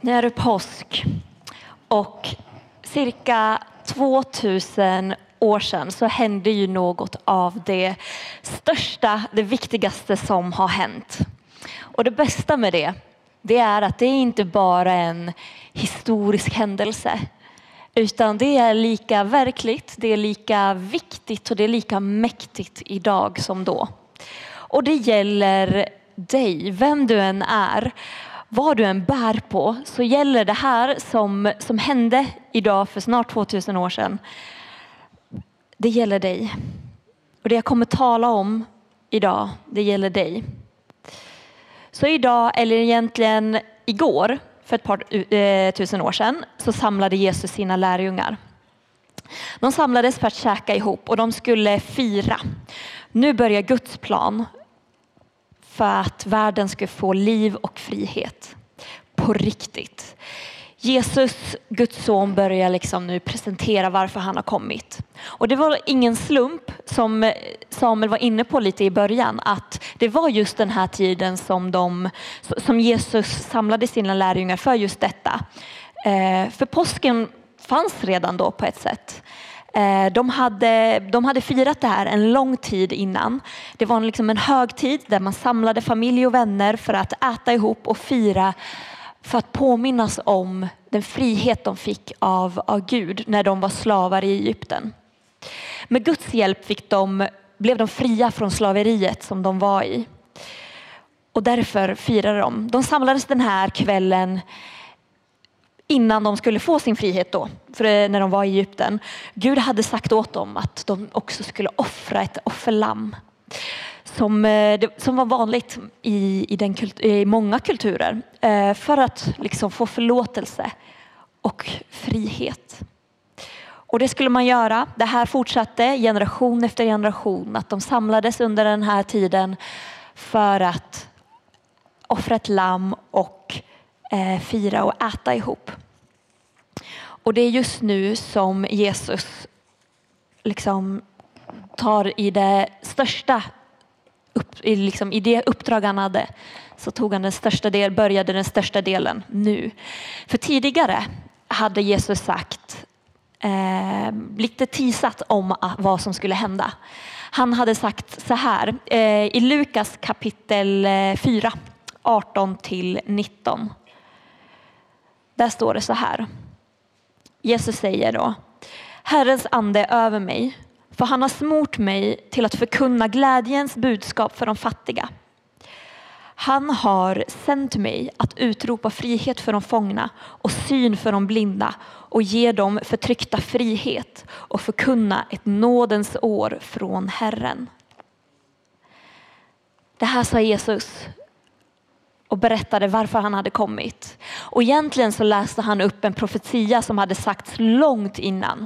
Nu är det påsk och cirka 2000 år sedan så hände ju något av det största, det viktigaste som har hänt. Och det bästa med det är att det är inte bara en historisk händelse, utan det är lika verkligt, det är lika viktigt och det är lika mäktigt idag som då. Och det gäller dig, vem du än är, vad du än bär på, så gäller det här som hände idag för snart 2000 år sedan. Det gäller dig. Och det jag kommer tala om idag, det gäller dig. Så idag, eller egentligen igår, för ett par tusen år sedan, så samlade Jesus sina lärjungar. De samlades för att käka ihop och de skulle fira. Nu börjar Guds plan för att världen ska få liv och frihet på riktigt. Jesus, Guds son, börjar liksom nu presentera varför han har kommit. Och det var ingen slump, som Samuel var inne på lite i början, att det var just den här tiden som Jesus samlade sina lärjungar för just detta. För påsken fanns redan då på ett sätt. De hade firat det här en lång tid innan. Det var liksom en högtid där man samlade familj och vänner för att äta ihop och fira, för att påminnas om den frihet de fick av Gud när de var slavar i Egypten. Med Guds hjälp blev de fria från slaveriet som de var i. Och därför firade de. De samlades den här kvällen innan de skulle få sin frihet då, för när de var i Egypten. Gud hade sagt åt dem att de också skulle offra ett offerlamm. Som var vanligt i många kulturer, för att liksom få förlåtelse och frihet. Och det skulle man göra. Det här fortsatte generation efter generation, att de samlades under den här tiden för att offra ett lamm och fira och äta ihop. Och det är just nu som Jesus liksom tar i det största i det uppdrag han hade, så tog han började den största delen nu. För tidigare hade Jesus sagt lite teasat om vad som skulle hända. Han hade sagt så här i Lukas kapitel 4, 18-19. Där står det så här. Jesus säger då: Herrens ande är över mig, för han har smort mig till att förkunna glädjens budskap för de fattiga. Han har sänt mig att utropa frihet för de fångna och syn för de blinda och ge dem förtryckta frihet och förkunna ett nådens år från Herren. Det här sa Jesus och berättade varför han hade kommit. Och egentligen så läste han upp en profetia som hade sagts långt innan.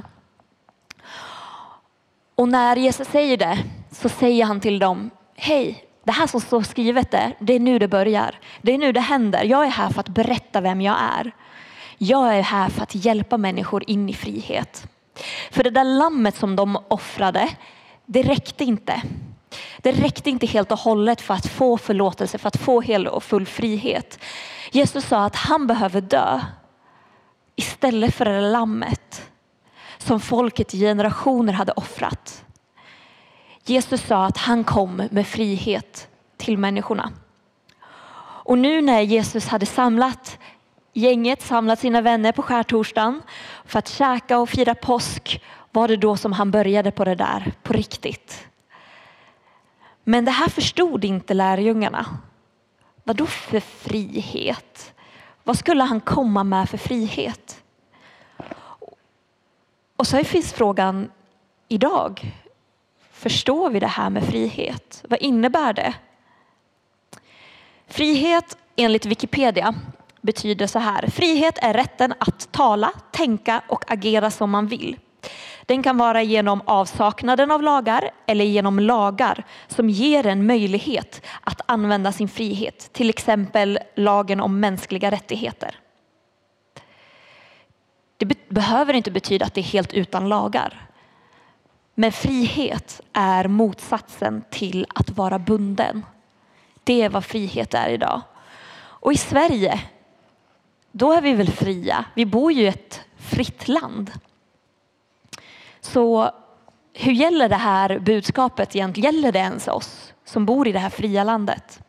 Och när Jesus säger det, så säger han till dem: hej, det här som står skrivet där, det är nu det börjar. Det är nu det händer. Jag är här för att berätta vem jag är. Jag är här för att hjälpa människor in i frihet. För det där lammet som de offrade, det räckte inte. Det räckte inte helt och hållet för att få förlåtelse, för att få hel och full frihet. Jesus sa att han behöver dö istället för det lammet som folket i generationer hade offrat. Jesus sa att han kom med frihet till människorna. Och nu när Jesus hade samlat sina vänner på skärtorsdagen för att käka och fira påsk, var det då som han började på det där på riktigt. Men det här förstod inte lärjungarna. Vad då för frihet? Vad skulle han komma med för frihet? Och så finns frågan idag. Förstår vi det här med frihet? Vad innebär det? Frihet enligt Wikipedia betyder så här: frihet är rätten att tala, tänka och agera som man vill. Den kan vara genom avsaknaden av lagar eller genom lagar som ger en möjlighet att använda sin frihet. Till exempel lagen om mänskliga rättigheter. Det behöver inte betyda att det är helt utan lagar. Men frihet är motsatsen till att vara bunden. Det är vad frihet är idag. Och i Sverige då är vi väl fria. Vi bor ju i ett fritt land. Så hur gäller det här budskapet egentligen? Gäller det ens oss som bor i det här fria landet?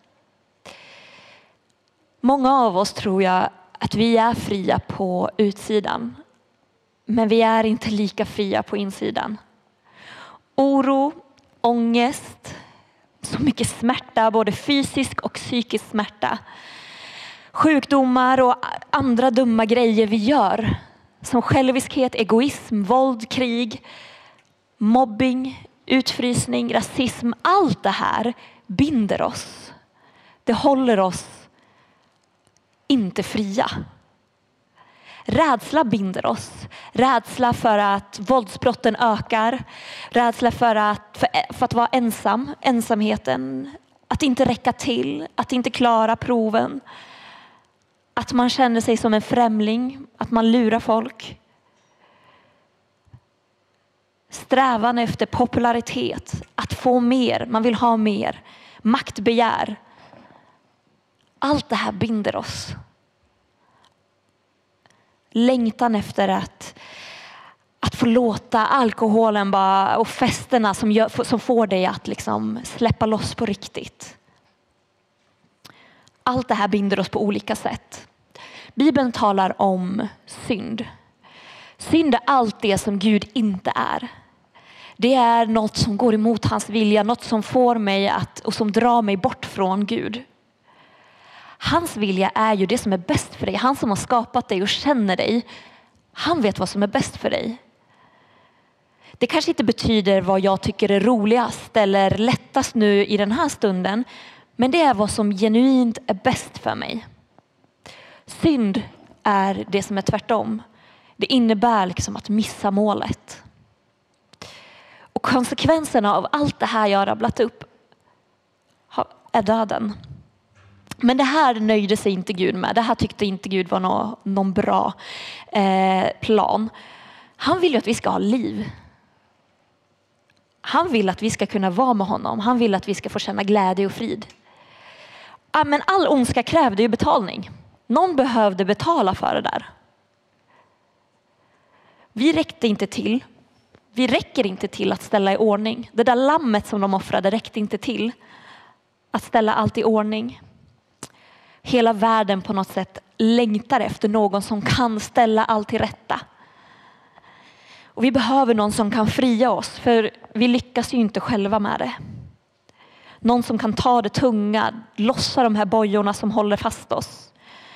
Många av oss tror jag att vi är fria på utsidan. Men vi är inte lika fria på insidan. Oro, ångest, så mycket smärta, både fysisk och psykisk smärta. Sjukdomar och andra dumma grejer vi gör. Som själviskhet, egoism, våld, krig, mobbing, utfrysning, rasism. Allt det här binder oss. Det håller oss inte fria. Rädsla binder oss. Rädsla för att våldsbrotten ökar. Rädsla för att vara ensam. Ensamheten. Att inte räcka till. Att inte klara proven. Att man känner sig som en främling. Att man lurar folk. Strävan efter popularitet. Att få mer. Man vill ha mer. Maktbegär. Allt det här binder oss. Längtan efter att få låta alkoholen och festerna som får dig att liksom släppa loss på riktigt. Allt det här binder oss på olika sätt. Bibeln talar om synd. Synd är allt det som Gud inte är. Det är något som går emot hans vilja, något som får mig och som drar mig bort från Gud. Hans vilja är ju det som är bäst för dig. Han som har skapat dig och känner dig. Han vet vad som är bäst för dig. Det kanske inte betyder vad jag tycker är roligast eller lättast nu i den här stunden. Men det är vad som genuint är bäst för mig. Synd är det som är tvärtom. Det innebär liksom att missa målet. Och konsekvenserna av allt det här jag rabblat upp är döden. Men det här nöjde sig inte Gud med. Det här tyckte inte Gud var någon bra plan. Han vill ju att vi ska ha liv. Han vill att vi ska kunna vara med honom. Han vill att vi ska få känna glädje och frid. Men all ondska krävde ju betalning. Någon behövde betala för det där. Vi räckte inte till. Vi räcker inte till att ställa i ordning. Det där lammet som de offrade räckte inte till att ställa allt i ordning. Hela världen på något sätt längtar efter någon som kan ställa allt till rätta. Och vi behöver någon som kan fria oss, för vi lyckas ju inte själva med det. Någon som kan ta det tunga, lossa de här bojorna som håller fast oss.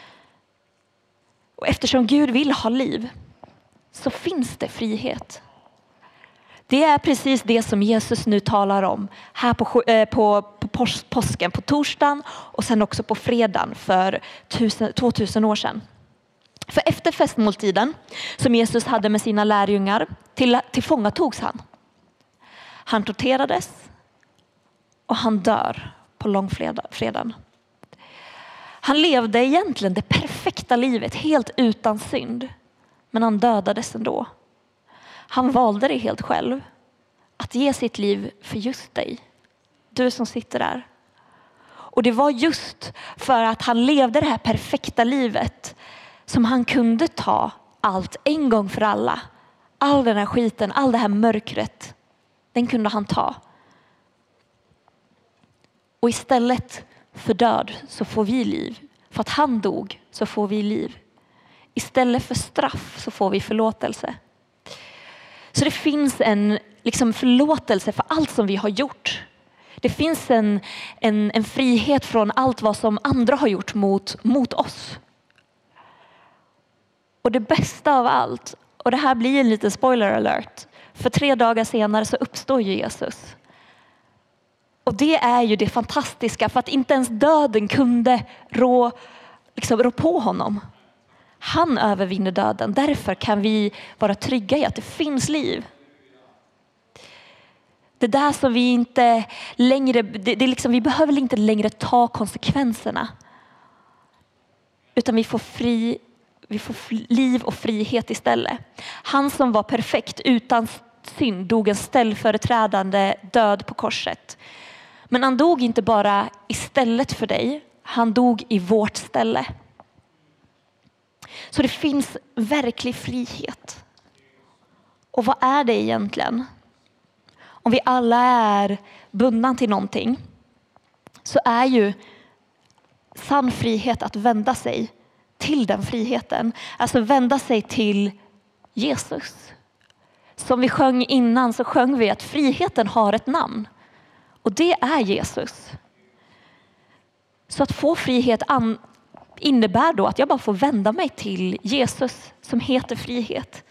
Och eftersom Gud vill ha liv så finns det frihet. Det är precis det som Jesus nu talar om här på påsken, på torsdagen och sen också på fredagen för 2000 år sedan. För efter festmåltiden som Jesus hade med sina lärjungar tillfångatogs han. Han torterades och han dör på långfredagen. Han levde egentligen det perfekta livet helt utan synd, men han dödades ändå. Han valde det helt själv. Att ge sitt liv för just dig. Du som sitter där. Och det var just för att han levde det här perfekta livet som han kunde ta allt en gång för alla. All den här skiten, all det här mörkret. Den kunde han ta. Och istället för död så får vi liv. För att han dog så får vi liv. Istället för straff så får vi förlåtelse. Så det finns en förlåtelse för allt som vi har gjort. Det finns en frihet från allt vad som andra har gjort mot oss. Och det bästa av allt, och det här blir en liten spoiler alert. För 3 dagar senare så uppstår ju Jesus. Och det är ju det fantastiska, för att inte ens döden kunde rå på honom. Han övervinner döden. Därför kan vi vara trygga i att det finns liv. Det där som vi inte längre, vi behöver inte längre ta konsekvenserna. Utan vi får liv och frihet istället. Han som var perfekt utan synd dog en ställföreträdande död på korset. Men han dog inte bara istället för dig. Han dog i vårt ställe. Så det finns verklig frihet. Och vad är det egentligen? Om vi alla är bundna till någonting, så är ju sann frihet att vända sig till den friheten. Alltså vända sig till Jesus. Som vi sjöng innan, så sjöng vi att friheten har ett namn. Och det är Jesus. Så att få frihet innebär då att jag bara får vända mig till Jesus som heter frihet.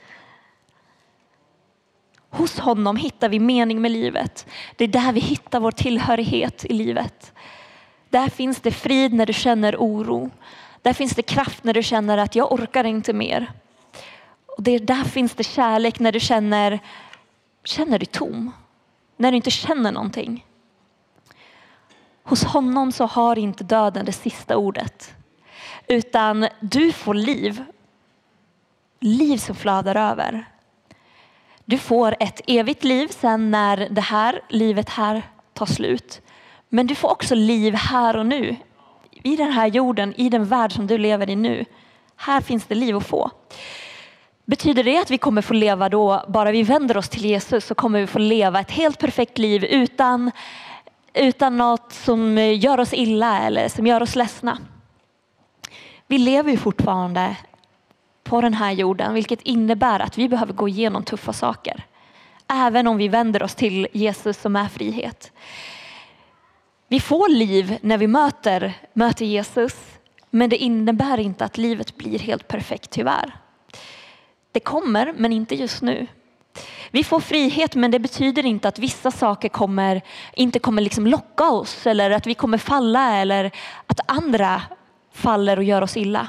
Hos honom hittar vi mening med livet. Det är där vi hittar vår tillhörighet i livet. Där finns det frid när du känner oro. Där finns det kraft när du känner att jag orkar inte mer. Och där finns det kärlek när du känner dig tom. När du inte känner någonting. Hos honom så har inte döden det sista ordet. Utan du får liv. Liv som flödar över. Du får ett evigt liv sen när det här livet här tar slut. Men du får också liv här och nu. I den här jorden, i den värld som du lever i nu. Här finns det liv att få. Betyder det att vi kommer få leva då, bara vi vänder oss till Jesus, så kommer vi få leva ett helt perfekt liv utan något som gör oss illa eller som gör oss ledsna? Vi lever ju fortfarande på den här jorden, vilket innebär att vi behöver gå igenom tuffa saker. Även om vi vänder oss till Jesus som är frihet. Vi får liv när vi möter Jesus, men det innebär inte att livet blir helt perfekt, tyvärr. Det kommer, men inte just nu. Vi får frihet, men det betyder inte att vissa saker inte kommer liksom locka oss, eller att vi kommer falla, eller att andra faller och gör oss illa.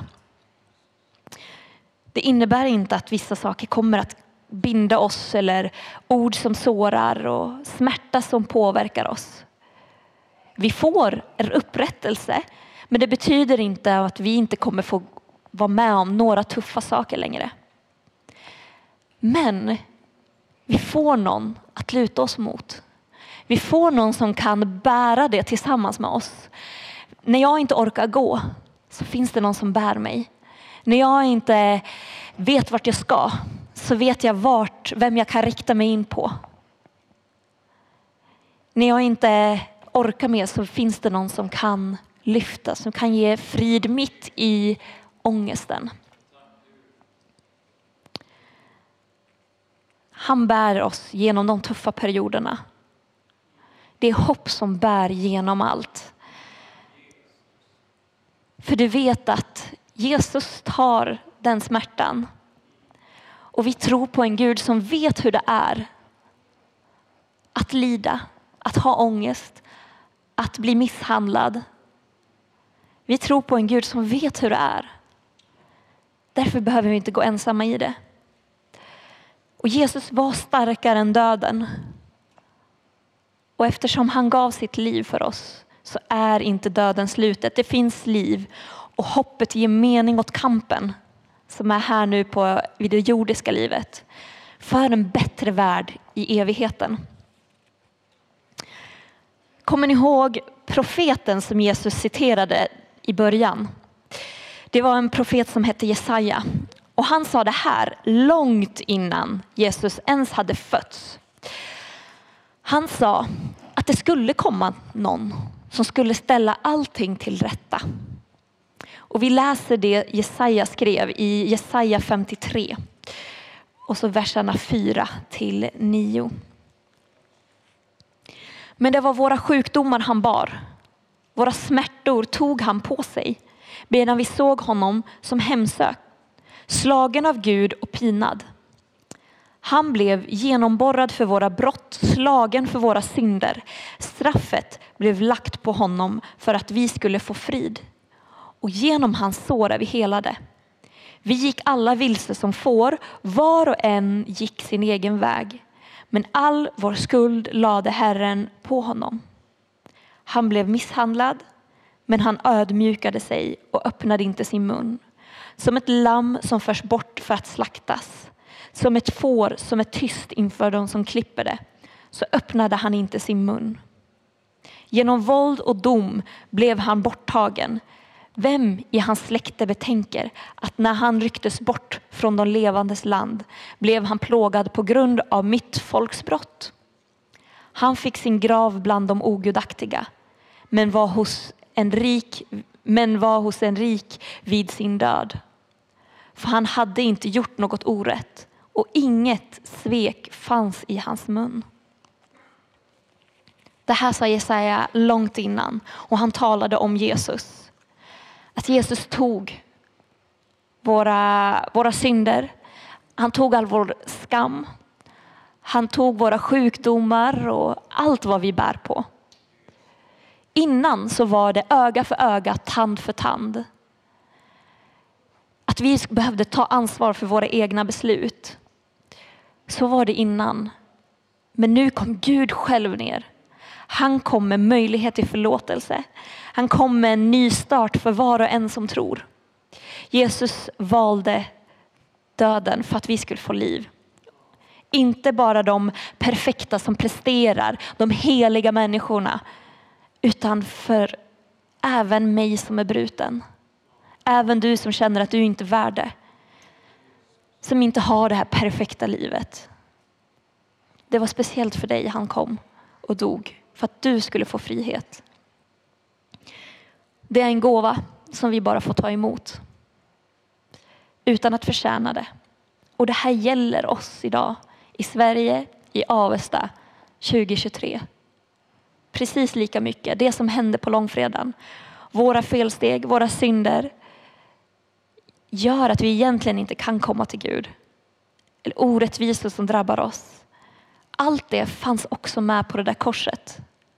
Det innebär inte att vissa saker kommer att binda oss, eller ord som sårar och smärta som påverkar oss. Vi får en upprättelse, men det betyder inte att vi inte kommer få vara med om några tuffa saker längre. Men vi får någon att luta oss mot. Vi får någon som kan bära det tillsammans med oss. När jag inte orkar gå, så finns det någon som bär mig. När jag inte vet vart jag ska, så vet jag vem jag kan rikta mig in på. När jag inte orkar mer, så finns det någon som kan lyfta, som kan ge frid mitt i ångesten. Han bär oss genom de tuffa perioderna. Det är hopp som bär genom allt. För du vet att Jesus tar den smärtan. Och vi tror på en Gud som vet hur det är att lida, att ha ångest, att bli misshandlad. Vi tror på en Gud som vet hur det är. Därför behöver vi inte gå ensamma i det. Och Jesus var starkare än döden. Och eftersom han gav sitt liv för oss, så är inte döden slutet. Det finns liv, och hoppet ger mening åt kampen som är här nu vid det jordiska livet. För en bättre värld i evigheten. Kommer ni ihåg profeten som Jesus citerade i början? Det var en profet som hette Jesaja. Och han sa det här långt innan Jesus ens hade fötts. Han sa att det skulle komma någon som skulle ställa allting till rätta. Och vi läser det Jesaja skrev i Jesaja 53. Och så verserna 4-9. Men det var våra sjukdomar han bar. Våra smärtor tog han på sig. Medan vi såg honom som hemsökt. Slagen av Gud och pinad. Han blev genomborrad för våra brott, slagen för våra synder. Straffet blev lagt på honom för att vi skulle få frid. Och genom hans sår är vi helade. Vi gick alla vilse som får, var och en gick sin egen väg. Men all vår skuld lade Herren på honom. Han blev misshandlad, men han ödmjukade sig och öppnade inte sin mun. Som ett lamm som förs bort för att slaktas. Som ett får som är tyst inför de som klipper det. Så öppnade han inte sin mun. Genom våld och dom blev han borttagen. Vem i hans släkte betänker att när han rycktes bort från de levandes land blev han plågad på grund av mitt folks brott? Han fick sin grav bland de ogudaktiga, men var hos en rik vid sin död. För han hade inte gjort något orätt och inget svek fanns i hans mun. Det här sa Jesaja långt innan, och han talade om Jesus. Att Jesus tog våra synder. Han tog all vår skam. Han tog våra sjukdomar och allt vad vi bär på. Innan så var det öga för öga, tand för tand. Att vi behövde ta ansvar för våra egna beslut. Så var det innan. Men nu kom Gud själv ner. Han kom med möjlighet till förlåtelse. Han kom med en ny start för var och en som tror. Jesus valde döden för att vi skulle få liv. Inte bara de perfekta som presterar, de heliga människorna, utan för även mig som är bruten. Även du som känner att du inte är värd det. Som inte har det här perfekta livet. Det var speciellt för dig han kom och dog. För att du skulle få frihet. Det är en gåva som vi bara får ta emot. Utan att förtjäna det. Och det här gäller oss idag. I Sverige, i Avesta 2023. Precis lika mycket. Det som hände på långfredagen. Våra felsteg, våra synder. Gör att vi egentligen inte kan komma till Gud. Eller orättvisor som drabbar oss. Allt det fanns också med på det där korset.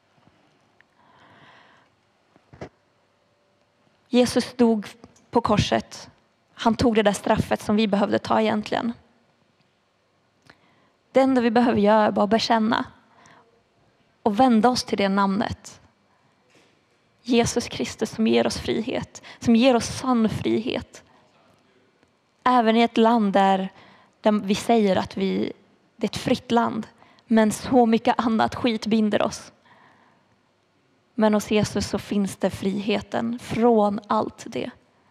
Jesus dog på korset. Han tog det där straffet som vi behövde ta egentligen. Det enda vi behöver göra är bara bekänna. Och vända oss till det namnet. Jesus Kristus som ger oss frihet. Som ger oss sann frihet. Även i ett land där vi säger att det är ett fritt land. Men så mycket annat skit binder oss. Men hos Jesus så finns det friheten från allt det.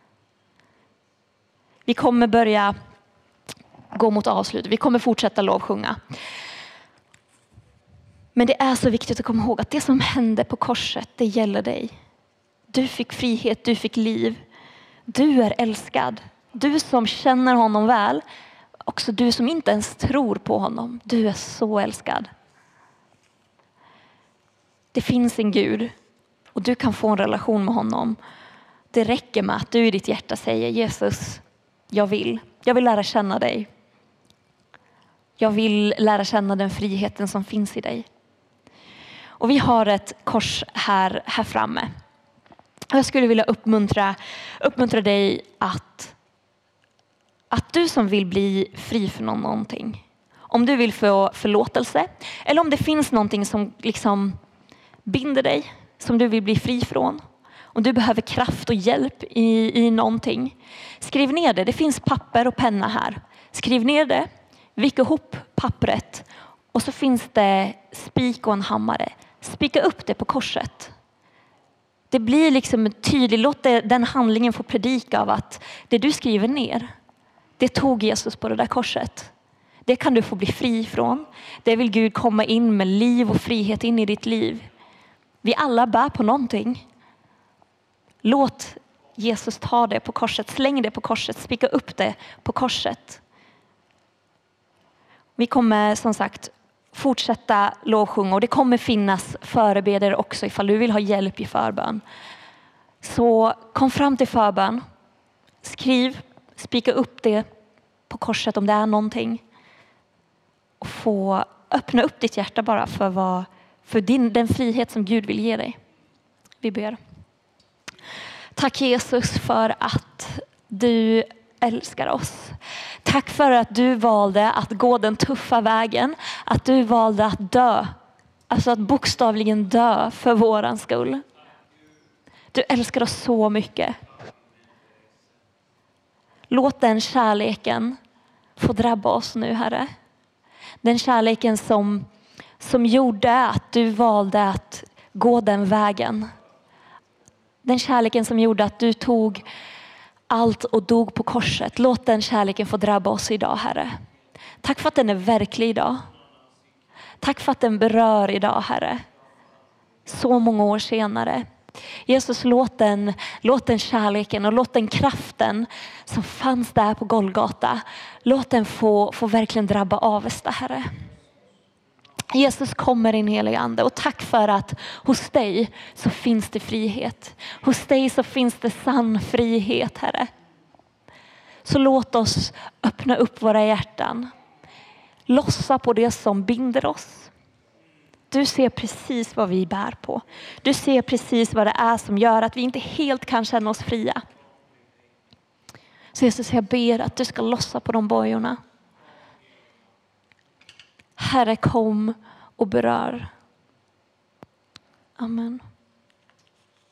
Vi kommer börja gå mot avslut. Vi kommer fortsätta lovsjunga. Men det är så viktigt att komma ihåg att det som hände på korset, det gäller dig. Du fick frihet, du fick liv. Du är älskad. Du som känner honom väl. Också du som inte ens tror på honom. Du är så älskad. Det finns en Gud. Och du kan få en relation med honom. Det räcker med att du i ditt hjärta säger: Jesus, jag vill lära känna dig. Jag vill lära känna den friheten som finns i dig. Och vi har ett kors här framme. Och jag skulle vilja uppmuntra dig att du som vill bli fri från någonting. Om du vill få förlåtelse. Eller om det finns någonting som liksom binder dig. Som du vill bli fri från. Om du behöver kraft och hjälp i någonting. Skriv ner det. Det finns papper och penna här. Skriv ner det. Vik ihop pappret. Och så finns det spik och en hammare. Spika upp det på korset. Det blir liksom tydligt. Låt den handlingen få predika av att det du skriver ner, det tog Jesus på det där korset. Det kan du få bli fri från. Det vill Gud komma in med liv och frihet in i ditt liv. Vi alla bär på någonting. Låt Jesus ta det på korset. Släng det på korset. Spika upp det på korset. Vi kommer som sagt fortsätta lovsjunga. Och det kommer finnas förebedjare också ifall du vill ha hjälp i förbön. Så kom fram till förbön. Skriv. Spika upp det på korset om det är någonting. Och få öppna upp ditt hjärta bara för den frihet som Gud vill ge dig. Vi ber. Tack Jesus för att du älskar oss. Tack för att du valde att gå den tuffa vägen. Att du valde att dö. Alltså att bokstavligen dö för våran skull. Du älskar oss så mycket. Låt den kärleken få drabba oss nu, Herre. Den kärleken som gjorde att du valde att gå den vägen. Den kärleken som gjorde att du tog allt och dog på korset. Låt den kärleken få drabba oss idag, Herre. Tack för att den är verklig idag. Tack för att den berör idag, Herre. Så många år senare. Jesus, låt den kärleken och låt den kraften som fanns där på Golgata, låt den få verkligen drabba Avesta, Herre. Jesus, kommer in, heliga ande, och tack för att hos dig så finns det frihet. Hos dig så finns det sann frihet, Herre. Så låt oss öppna upp våra hjärtan. Lossa på det som binder oss. Du ser precis vad vi bär på. Du ser precis vad det är som gör att vi inte helt kan känna oss fria. Så Jesus, jag ber att du ska lossa på de bojorna. Herre, kom och berör. Amen.